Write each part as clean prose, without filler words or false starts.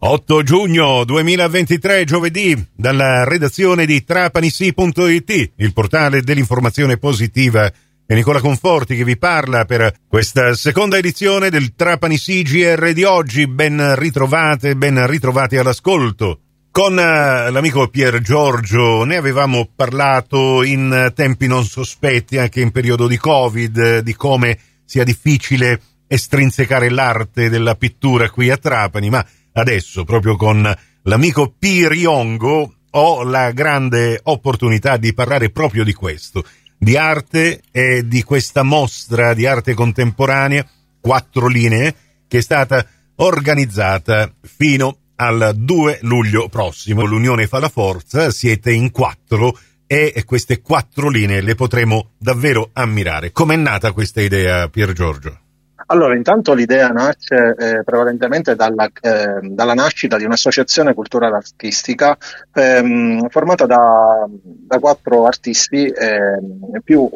8 giugno 2023, giovedì, dalla redazione di trapanisi.it, il portale dell'informazione positiva. È Nicola Conforti che vi parla per questa seconda edizione del Trapanisi GR di oggi. Ben ritrovati all'ascolto. Con l'amico Pier Giorgio ne avevamo parlato in tempi non sospetti, anche in periodo di Covid, di come sia difficile estrinsecare l'arte della pittura qui a Trapani, ma adesso, proprio con l'amico Piriongo, ho la grande opportunità di parlare proprio di questo, di arte e di questa mostra di arte contemporanea, 4 linee, che è stata organizzata fino al 2 luglio prossimo. L'unione fa la forza, siete in 4 e queste 4 linee le potremo davvero ammirare. Com'è nata questa idea, Pier Giorgio? Allora, intanto l'idea nasce prevalentemente dalla nascita di un'associazione culturale artistica formata da 4 artisti più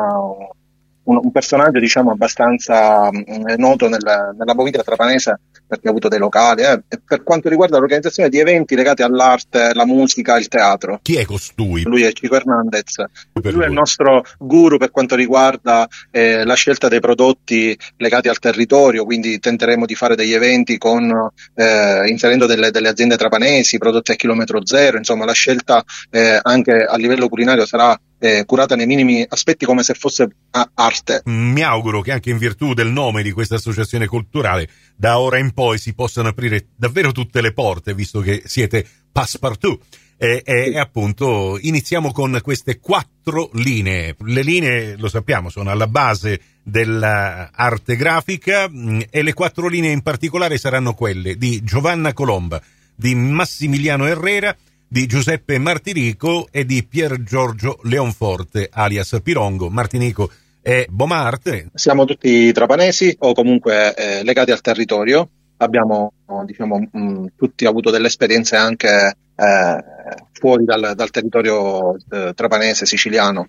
un personaggio, diciamo, abbastanza noto nella movida trapanese, perché ha avuto dei locali, per quanto riguarda l'organizzazione di eventi legati all'arte, la musica, il teatro. Chi è costui? Lui è Chico Hernandez. Lui è il nostro guru per quanto riguarda la scelta dei prodotti legati al territorio, quindi tenteremo di fare degli eventi inserendo delle aziende trapanesi, prodotti a chilometro zero, insomma la scelta anche a livello culinario sarà curata nei minimi aspetti, come se fosse arte. Mi auguro che anche in virtù del nome di questa associazione culturale da ora in poi si possano aprire davvero tutte le porte, visto che siete passepartout. E appunto iniziamo con queste 4 linee. Le linee, lo sappiamo, sono alla base dell'arte grafica, e le 4 linee in particolare saranno quelle di Giovanna Colomba, di Massimiliano Herrera, di Giuseppe Martinico e di Pier Giorgio Leonforte, alias Pirongo. Martinico e Bomart. Siamo tutti trapanesi o comunque legati al territorio. Abbiamo, tutti avuto delle esperienze anche fuori dal territorio trapanese, siciliano,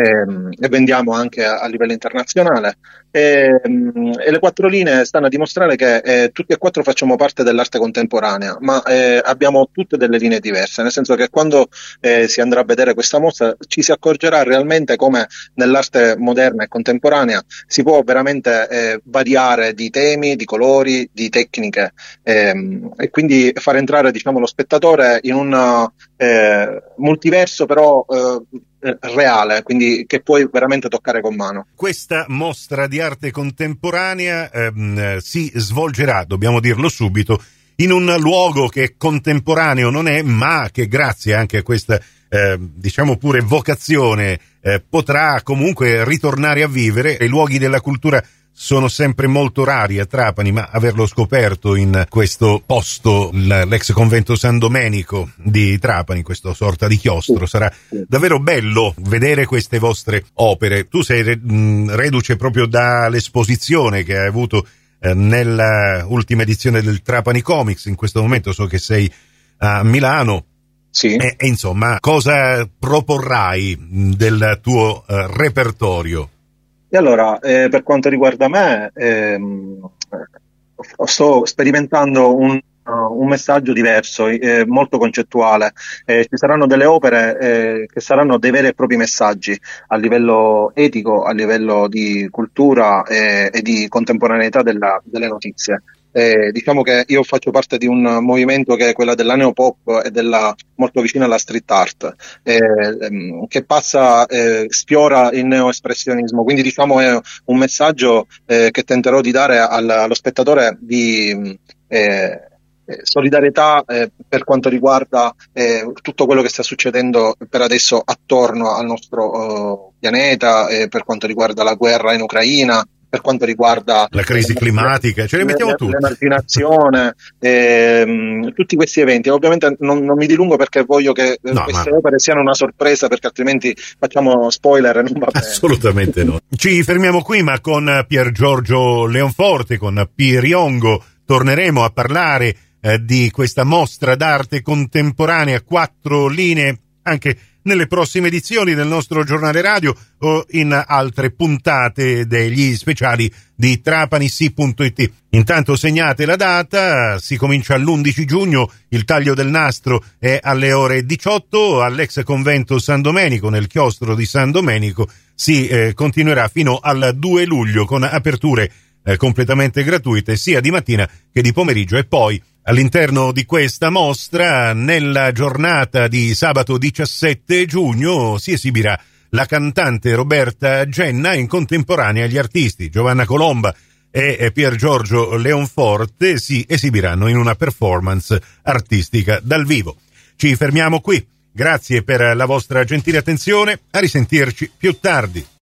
e vendiamo anche a livello internazionale. E le 4 linee stanno a dimostrare che tutti e 4 facciamo parte dell'arte contemporanea, ma abbiamo tutte delle linee diverse, nel senso che quando si andrà a vedere questa mostra ci si accorgerà realmente come nell'arte moderna e contemporanea si può veramente variare di temi, di colori, di tecniche, e quindi far entrare, lo spettatore in un multiverso però reale, quindi che puoi veramente toccare con mano. Questa mostra di arte contemporanea si svolgerà, dobbiamo dirlo subito, in un luogo che contemporaneo non è, ma che grazie anche a questa pure vocazione potrà comunque ritornare a vivere. I luoghi della cultura sono sempre molto rari a Trapani, ma averlo scoperto in questo posto, l'ex convento San Domenico di Trapani, questa sorta di chiostro, sarà davvero bello vedere queste vostre opere. Tu sei reduce proprio dall'esposizione che hai avuto nella ultima edizione del Trapani Comics. In questo momento so che sei a Milano. Sì. E insomma, cosa proporrai del tuo repertorio? E allora, per quanto riguarda me, sto sperimentando un messaggio diverso, molto concettuale. Ci saranno delle opere che saranno dei veri e propri messaggi a livello etico, a livello di cultura e di contemporaneità delle notizie. Diciamo che io faccio parte di un movimento che è quella della neopop e molto vicino alla street art, che sfiora il neoespressionismo, quindi è un messaggio che tenterò di dare allo spettatore di solidarietà per quanto riguarda tutto quello che sta succedendo per adesso attorno al nostro pianeta, per quanto riguarda la guerra in Ucraina, per quanto riguarda la crisi climatica, ce le mettiamo tutti, l'emarginazione, tutti questi eventi. Ovviamente non mi dilungo perché voglio che queste opere siano una sorpresa, perché altrimenti facciamo spoiler e non va bene. Assolutamente no. Ci fermiamo qui, ma con Pier Giorgio Leonforte, con Piriongo, torneremo a parlare di questa mostra d'arte contemporanea, 4 linee, anche nelle prossime edizioni del nostro giornale radio o in altre puntate degli speciali di trapanissi.it. Intanto segnate la data, si comincia l'11 giugno, il taglio del nastro è alle ore 18 all'ex convento San Domenico, nel chiostro di San Domenico. Si continuerà fino al 2 luglio con aperture completamente gratuite sia di mattina che di pomeriggio, e poi all'interno di questa mostra nella giornata di sabato 17 giugno si esibirà la cantante Roberta Genna in contemporanea agli artisti Giovanna Colomba e Pier Giorgio Leonforte si esibiranno in una performance artistica dal vivo. Ci fermiamo qui, grazie per la vostra gentile attenzione, a risentirci più tardi.